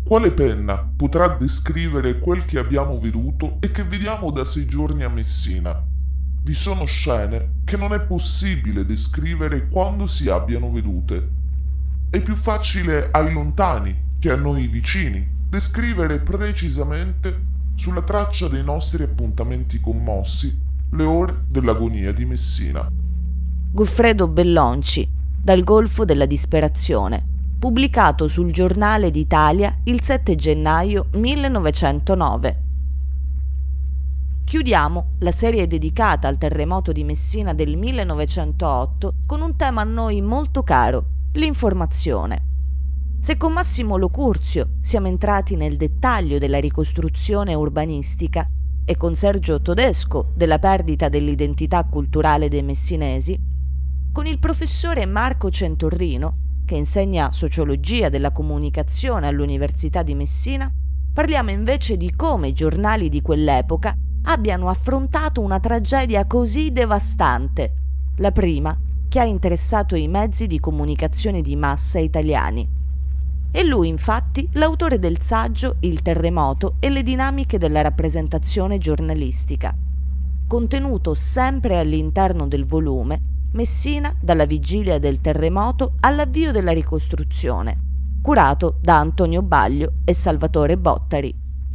Quale penna potrà descrivere quel che abbiamo veduto e che vediamo da 6 giorni a Messina? Vi sono scene che non è possibile descrivere quando si abbiano vedute. È più facile ai lontani che a noi vicini descrivere precisamente, sulla traccia dei nostri appuntamenti commossi, le ore dell'agonia di Messina. Goffredo Bellonci, Dal Golfo della Disperazione, pubblicato sul Giornale d'Italia il 7 gennaio 1909. Chiudiamo la serie dedicata al terremoto di Messina del 1908 con un tema a noi molto caro, l'informazione. Se con Massimo Locurzio siamo entrati nel dettaglio della ricostruzione urbanistica e con Sergio Todesco della perdita dell'identità culturale dei messinesi, con il professore Marco Centorrino, che insegna sociologia della comunicazione all'Università di Messina, parliamo invece di come i giornali di quell'epoca abbiano affrontato una tragedia così devastante, la prima che ha interessato i mezzi di comunicazione di massa italiani. E lui, infatti, l'autore del saggio Il terremoto e le dinamiche della rappresentazione giornalistica, contenuto sempre all'interno del volume Messina dalla vigilia del terremoto all'avvio della ricostruzione, curato da Antonio Baglio e Salvatore Bottari.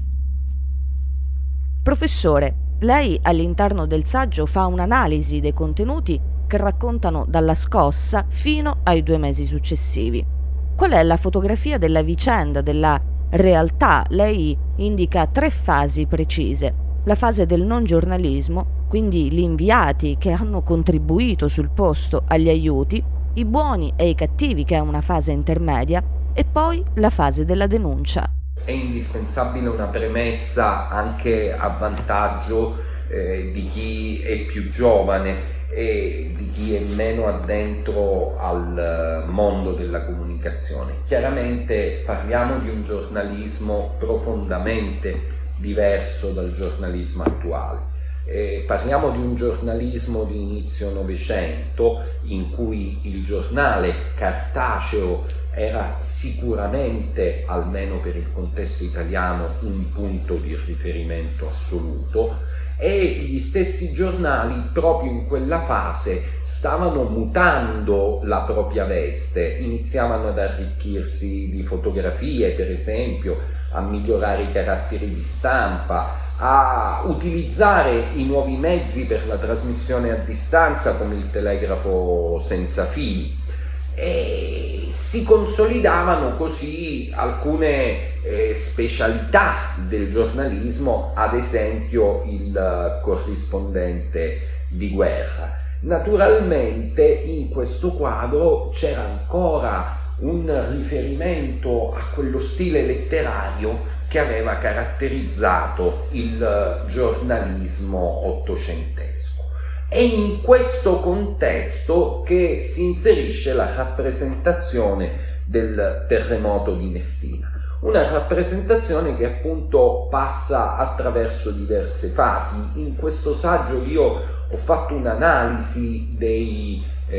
Professore, lei all'interno del saggio fa un'analisi dei contenuti che raccontano dalla scossa fino ai 2 mesi successivi. Qual è la fotografia della vicenda, della realtà? Lei indica 3 fasi precise. La fase del non giornalismo, quindi gli inviati che hanno contribuito sul posto agli aiuti, i buoni e i cattivi, che è una fase intermedia, e poi la fase della denuncia. È indispensabile una premessa anche a vantaggio di chi è più giovane e di chi è meno addentro al mondo della comunicazione. Chiaramente parliamo di un giornalismo profondamente diverso dal giornalismo attuale. Parliamo di un giornalismo di inizio Novecento in cui il giornale cartaceo era sicuramente, almeno per il contesto italiano, un punto di riferimento assoluto, e gli stessi giornali proprio in quella fase stavano mutando la propria veste, iniziavano ad arricchirsi di fotografie, per esempio, a migliorare i caratteri di stampa, a utilizzare i nuovi mezzi per la trasmissione a distanza come il telegrafo senza fili. E si consolidavano così alcune specialità del giornalismo, ad esempio il corrispondente di guerra. Naturalmente in questo quadro c'era ancora un riferimento a quello stile letterario che aveva caratterizzato il giornalismo ottocentesco. È in questo contesto che si inserisce la rappresentazione del terremoto di Messina, una rappresentazione che appunto passa attraverso diverse fasi. In questo saggio io ho fatto un'analisi di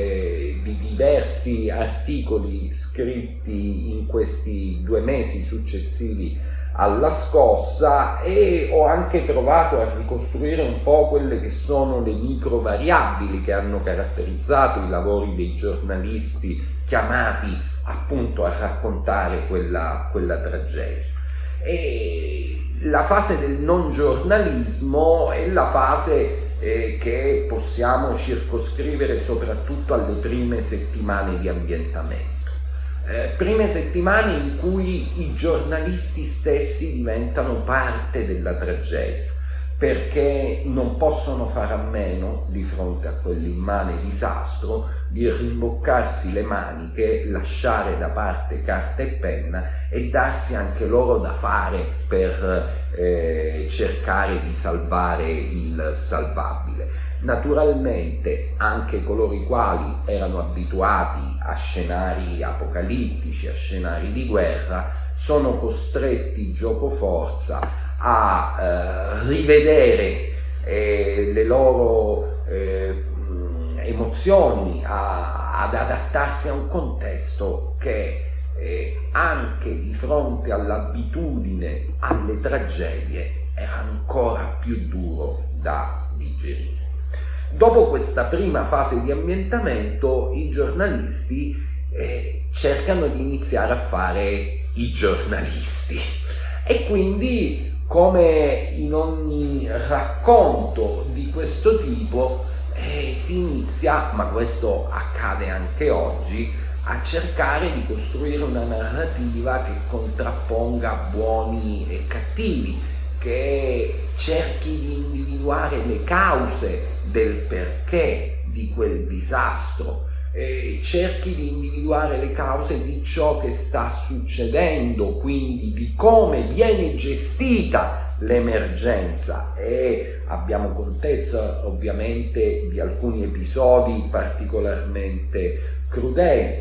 diversi articoli scritti in questi 2 mesi successivi alla scossa e ho anche provato a ricostruire un po' quelle che sono le micro variabili che hanno caratterizzato i lavori dei giornalisti chiamati appunto a raccontare quella tragedia. E la fase del non giornalismo è la fase che possiamo circoscrivere soprattutto alle prime settimane di ambientamento. Prime settimane in cui i giornalisti stessi diventano parte della tragedia, perché non possono fare a meno, di fronte a quell'immane disastro, di rimboccarsi le maniche, lasciare da parte carta e penna e darsi anche loro da fare per cercare di salvare il salvabile. Naturalmente anche coloro i quali erano abituati a scenari apocalittici, a scenari di guerra, sono costretti giocoforza a rivedere le loro emozioni, ad adattarsi a un contesto che anche di fronte all'abitudine alle tragedie era ancora più duro da digerire. Dopo questa prima fase di ambientamento, i giornalisti cercano di iniziare a fare i giornalisti e quindi, come in ogni racconto di questo tipo, si inizia, ma questo accade anche oggi, a cercare di costruire una narrativa che contrapponga buoni e cattivi, che cerchi di individuare le cause del perché di quel disastro, cerchi di individuare le cause di ciò che sta succedendo, quindi di come viene gestita l'emergenza, e abbiamo contezza ovviamente di alcuni episodi particolarmente crudeli.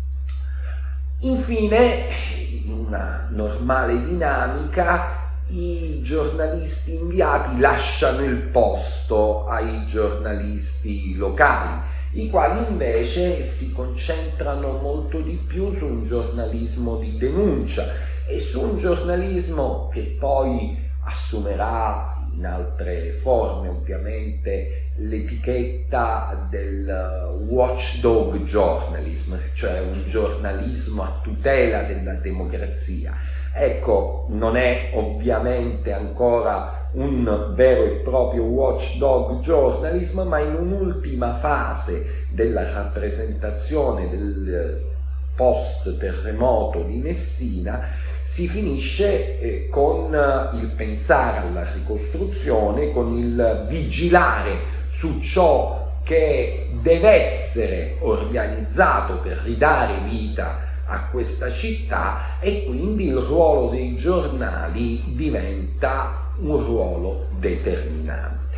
Infine, in una normale dinamica, i giornalisti inviati lasciano il posto ai giornalisti locali, i quali invece si concentrano molto di più su un giornalismo di denuncia e su un giornalismo che poi assumerà in altre forme ovviamente l'etichetta del watchdog journalism, cioè un giornalismo a tutela della democrazia. Ecco, non è ovviamente ancora un vero e proprio watchdog journalism, ma in un'ultima fase della rappresentazione del post-terremoto di Messina si finisce con il pensare alla ricostruzione, con il vigilare su ciò che deve essere organizzato per ridare vita a questa città, e quindi il ruolo dei giornali diventa un ruolo determinante.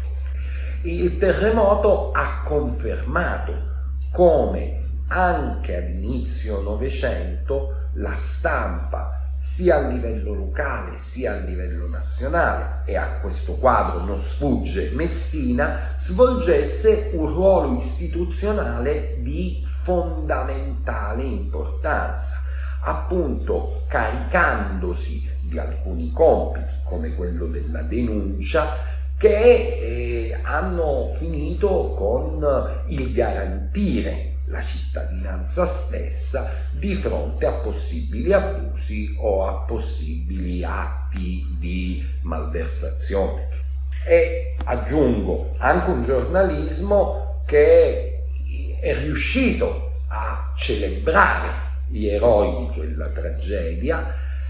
Il terremoto ha confermato come anche ad inizio Novecento la stampa, sia a livello locale sia a livello nazionale, e a questo quadro non sfugge Messina, svolgesse un ruolo istituzionale di fondamentale importanza, appunto caricandosi di alcuni compiti come quello della denuncia, che hanno finito con il garantire la cittadinanza stessa di fronte a possibili abusi o a possibili atti di malversazione. E aggiungo anche un giornalismo che è riuscito a celebrare gli eroi di quella tragedia,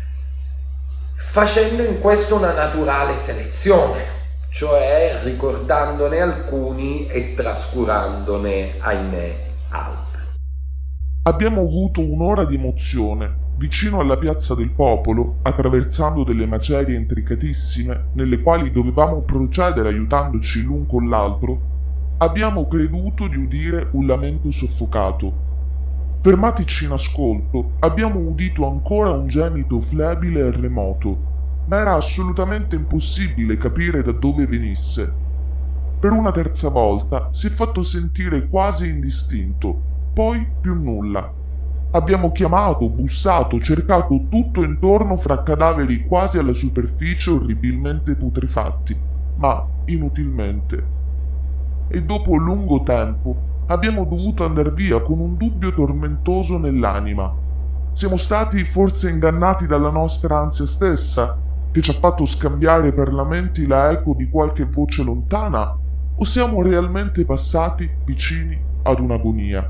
facendo in questo una naturale selezione, cioè ricordandone alcuni e trascurandone, ahimè, altri. Abbiamo avuto un'ora di emozione vicino alla Piazza del Popolo, attraversando delle macerie intricatissime nelle quali dovevamo procedere aiutandoci l'un con l'altro. Abbiamo creduto di udire un lamento soffocato. Fermatici in ascolto, abbiamo udito ancora un gemito flebile e remoto, ma era assolutamente impossibile capire da dove venisse. Per una terza volta si è fatto sentire quasi indistinto, poi più nulla. Abbiamo chiamato, bussato, cercato tutto intorno fra cadaveri quasi alla superficie orribilmente putrefatti, ma inutilmente. E dopo lungo tempo abbiamo dovuto andar via con un dubbio tormentoso nell'anima. Siamo stati forse ingannati dalla nostra ansia stessa, che ci ha fatto scambiare per lamenti la eco di qualche voce lontana, o siamo realmente passati vicini ad un'agonia?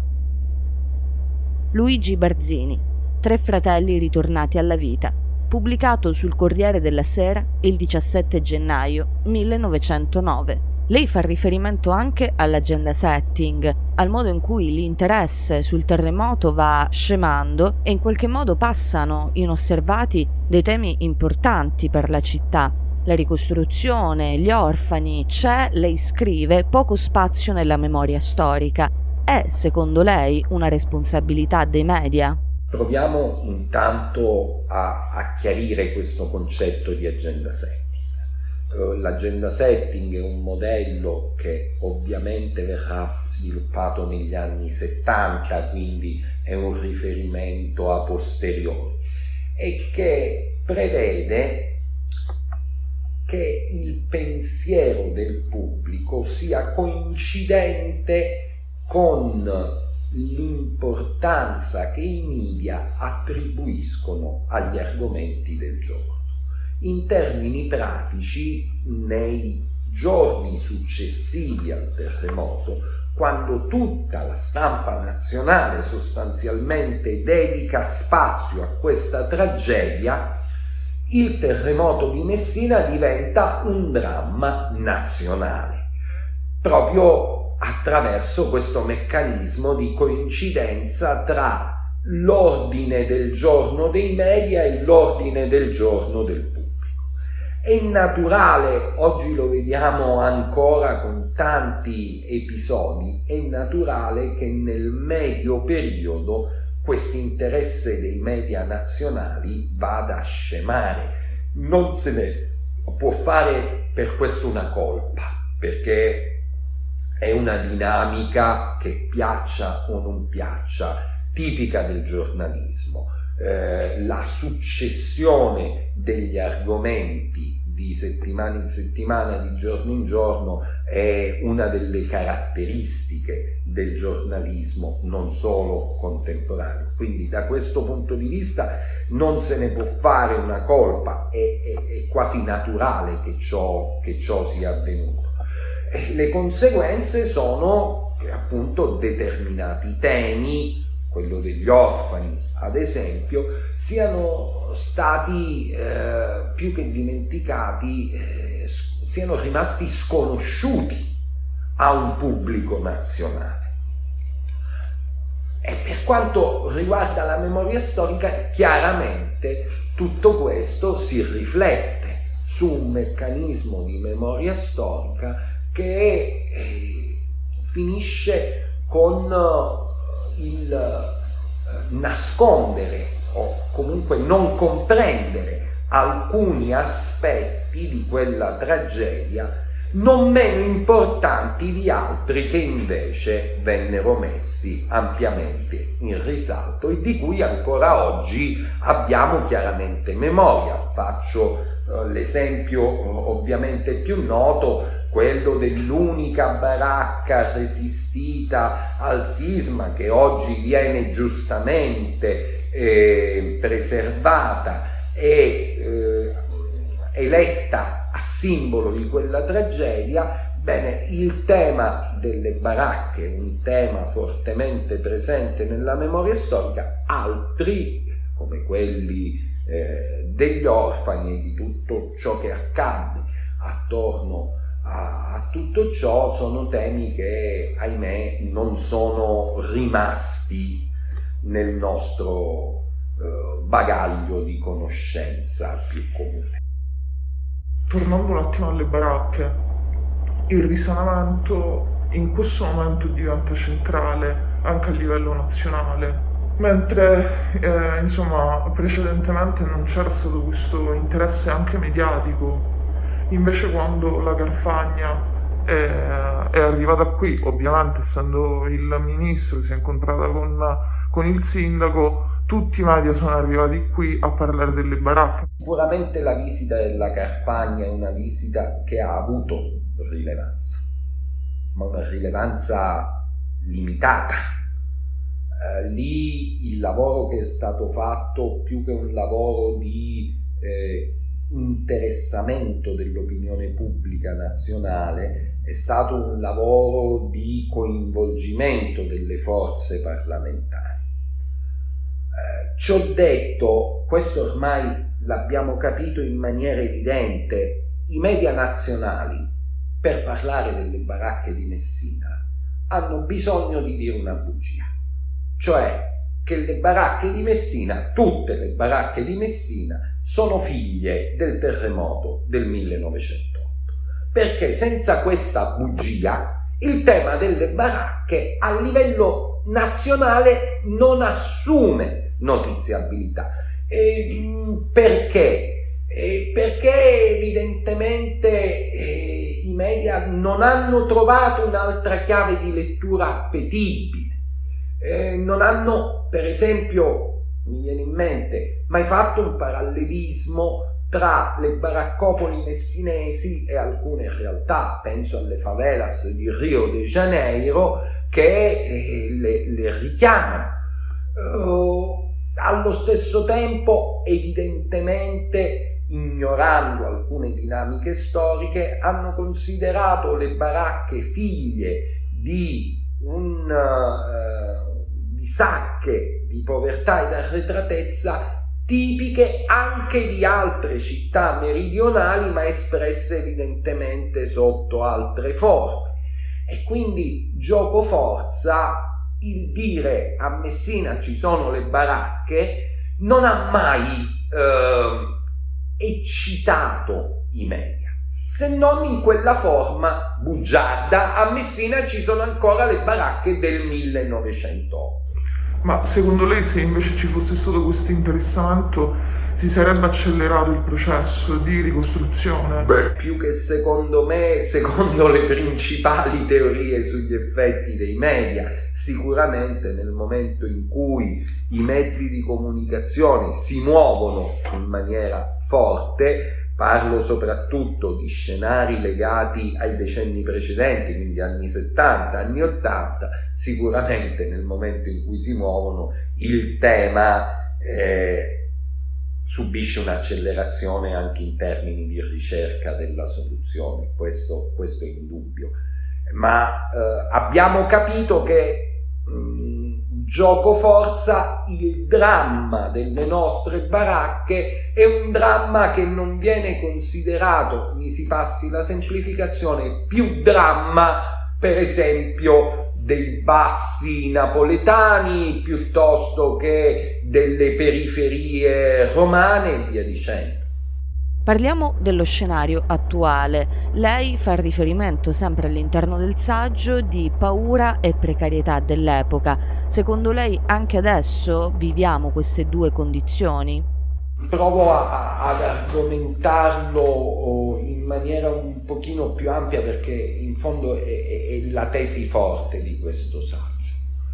Luigi Barzini, 3 fratelli ritornati alla vita, pubblicato sul Corriere della Sera il 17 gennaio 1909. Lei fa riferimento anche all'agenda setting, al modo in cui l'interesse sul terremoto va scemando e in qualche modo passano inosservati dei temi importanti per la città. La ricostruzione, gli orfani, c'è, lei scrive, poco spazio nella memoria storica. È, secondo lei, una responsabilità dei media? Proviamo intanto a chiarire questo concetto di agenda setting. L'agenda setting è un modello che ovviamente verrà sviluppato negli anni 70, quindi è un riferimento a posteriori, e che prevede che il pensiero del pubblico sia coincidente con l'importanza che i media attribuiscono agli argomenti del giorno. In termini pratici, nei giorni successivi al terremoto, quando tutta la stampa nazionale sostanzialmente dedica spazio a questa tragedia, il terremoto di Messina diventa un dramma nazionale, proprio attraverso questo meccanismo di coincidenza tra l'ordine del giorno dei media e l'ordine del giorno del pubblico. È naturale, oggi lo vediamo ancora con tanti episodi, è naturale che nel medio periodo questo interesse dei media nazionali vada a scemare. Non se ne può fare per questo una colpa, perché è una dinamica che piaccia o non piaccia, tipica del giornalismo. La successione degli argomenti di settimana in settimana, di giorno in giorno, è una delle caratteristiche del giornalismo, non solo contemporaneo. Quindi da questo punto di vista non se ne può fare una colpa, è quasi naturale che ciò sia avvenuto. E le conseguenze sono che appunto determinati temi, quello degli orfani ad esempio, siano stati più che dimenticati, siano rimasti sconosciuti a un pubblico nazionale. E per quanto riguarda la memoria storica, chiaramente tutto questo si riflette su un meccanismo di memoria storica che finisce con il nascondere o comunque non comprendere alcuni aspetti di quella tragedia non meno importanti di altri che invece vennero messi ampiamente in risalto e di cui ancora oggi abbiamo chiaramente memoria. Faccio l'esempio ovviamente più noto, quello dell'unica baracca resistita al sisma che oggi viene giustamente preservata e eletta a simbolo di quella tragedia. Bene, il tema delle baracche, un tema fortemente presente nella memoria storica, altri come quelli degli orfani e di tutto ciò che accadde attorno a tutto ciò sono temi che, ahimè, non sono rimasti nel nostro bagaglio di conoscenza più comune. Tornando un attimo alle baracche, il risanamento in questo momento diventa centrale anche a livello nazionale, mentre precedentemente non c'era stato questo interesse anche mediatico. Invece quando la Carfagna è arrivata qui, ovviamente essendo il ministro, si è incontrata con il sindaco, tutti i media sono arrivati qui a parlare delle baracche. Sicuramente la visita della Carfagna è una visita che ha avuto rilevanza, ma una rilevanza limitata. Lì il lavoro che è stato fatto, più che un lavoro di interessamento dell'opinione pubblica nazionale, è stato un lavoro di coinvolgimento delle forze parlamentari. Ciò detto, questo ormai l'abbiamo capito in maniera evidente, i media nazionali per parlare delle baracche di Messina hanno bisogno di dire una bugia, cioè che le baracche di Messina, tutte le baracche di Messina, sono figlie del terremoto del 1908, perché senza questa bugia il tema delle baracche a livello nazionale non assume notiziabilità. Perché? perché evidentemente i media non hanno trovato un'altra chiave di lettura appetibile, non hanno, per esempio, mi viene in mente, mai fatto un parallelismo tra le baraccopoli messinesi e alcune realtà, penso alle favelas di Rio de Janeiro, che le richiamano. Allo stesso tempo, evidentemente, ignorando alcune dinamiche storiche, hanno considerato le baracche figlie di sacche di povertà ed arretratezza tipiche anche di altre città meridionali, ma espresse evidentemente sotto altre forme. E quindi gioco forza il dire a Messina ci sono le baracche non ha mai eccitato i media, se non in quella forma bugiarda: a Messina ci sono ancora le baracche del 1908. Ma secondo lei, se invece ci fosse stato questo interessamento, si sarebbe accelerato il processo di ricostruzione? Beh, Più che secondo me, secondo le principali teorie sugli effetti dei media, sicuramente nel momento in cui i mezzi di comunicazione si muovono in maniera forte, parlo soprattutto di scenari legati ai decenni precedenti, quindi anni 70, anni 80, sicuramente nel momento in cui si muovono il tema subisce un'accelerazione anche in termini di ricerca della soluzione, questo è indubbio. Ma abbiamo capito che gioco forza, il dramma delle nostre baracche è un dramma che non viene considerato, mi si passi la semplificazione, più dramma per esempio dei bassi napoletani piuttosto che delle periferie romane e via dicendo. Parliamo dello scenario attuale. Lei fa riferimento sempre all'interno del saggio di paura e precarietà dell'epoca. Secondo lei anche adesso viviamo queste due condizioni? Provo ad argomentarlo in maniera un pochino più ampia, perché in fondo è la tesi forte di questo saggio.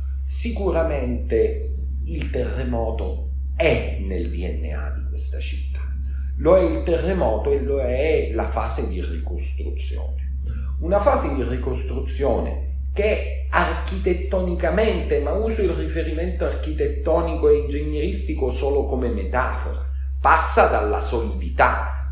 Sicuramente il terremoto è nel DNA di questa città. Lo è il terremoto e lo è la fase di ricostruzione. Una fase di ricostruzione che architettonicamente, ma uso il riferimento architettonico e ingegneristico solo come metafora, passa dalla solidità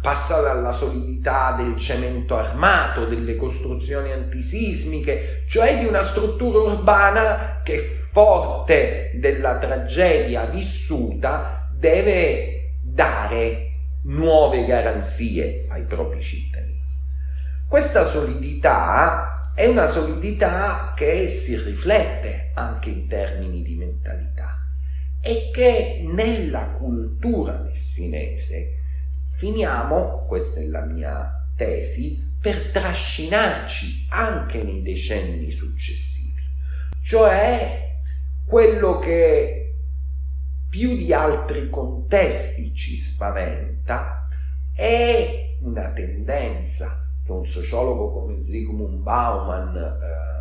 del cemento armato, delle costruzioni antisismiche, cioè di una struttura urbana che, forte della tragedia vissuta, deve dare nuove garanzie ai propri cittadini. Questa solidità è una solidità che si riflette anche in termini di mentalità e che nella cultura messinese finiamo, questa è la mia tesi, per trascinarci anche nei decenni successivi. Cioè quello che più di altri contesti ci spaventa è una tendenza che un sociologo come Zygmunt Bauman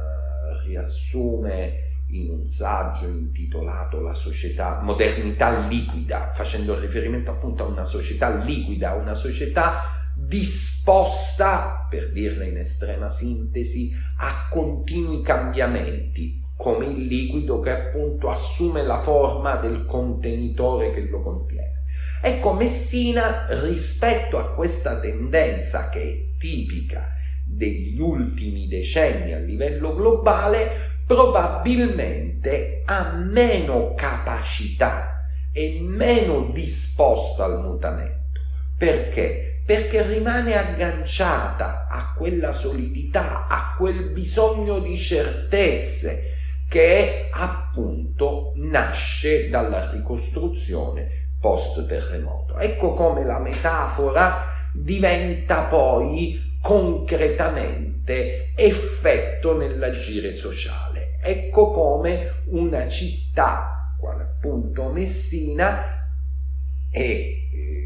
riassume in un saggio intitolato La società, modernità liquida, facendo riferimento appunto a una società liquida, una società disposta, per dirla in estrema sintesi, a continui cambiamenti, come il liquido che appunto assume la forma del contenitore che lo contiene. Ecco, Messina, rispetto a questa tendenza che è tipica degli ultimi decenni a livello globale, probabilmente ha meno capacità e meno disposta al mutamento. Perché? Perché rimane agganciata a quella solidità, a quel bisogno di certezze che appunto nasce dalla ricostruzione post-terremoto. Ecco come la metafora diventa poi concretamente effetto nell'agire sociale. Ecco come una città, quale appunto Messina, è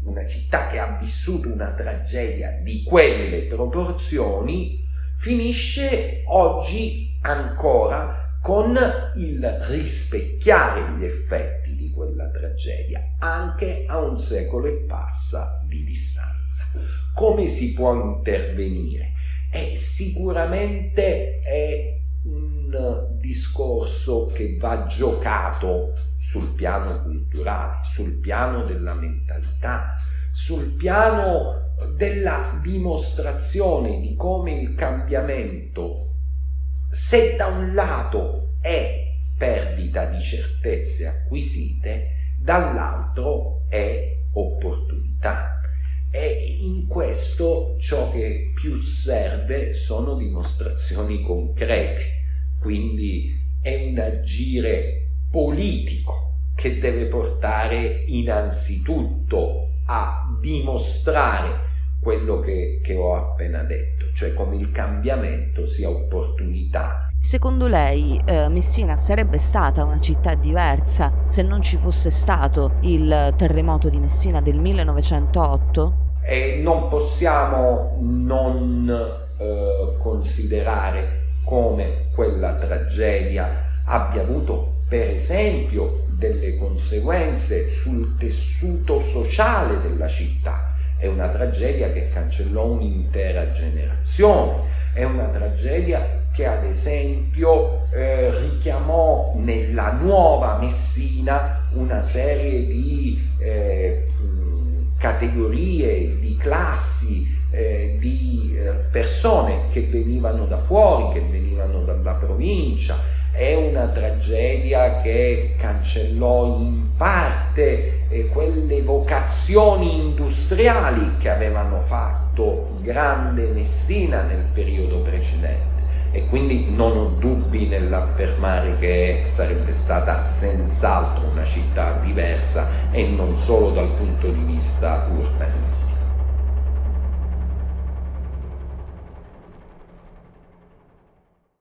una città che ha vissuto una tragedia di quelle proporzioni, finisce oggi ancora con il rispecchiare gli effetti di quella tragedia, anche a un secolo e passa di distanza. Come si può intervenire? Sicuramente è un discorso che va giocato sul piano culturale, sul piano della mentalità, sul piano della dimostrazione di come il cambiamento, se da un lato è perdita di certezze acquisite, dall'altro è opportunità. E in questo ciò che più serve sono dimostrazioni concrete, quindi è un agire politico che deve portare innanzitutto a dimostrare quello che ho appena detto, cioè come il cambiamento sia opportunità. Secondo lei Messina sarebbe stata una città diversa se non ci fosse stato il terremoto di Messina del 1908? E non possiamo non considerare come quella tragedia abbia avuto, per esempio, delle conseguenze sul tessuto sociale della città. È una tragedia che cancellò un'intera generazione, è una tragedia che ad esempio richiamò nella nuova Messina una serie di categorie, di classi, di persone che venivano da fuori, che venivano dalla provincia. È una tragedia che cancellò in parte quelle vocazioni industriali che avevano fatto grande Messina nel periodo precedente, e quindi non ho dubbi nell'affermare che sarebbe stata senz'altro una città diversa, e non solo dal punto di vista urbanistico.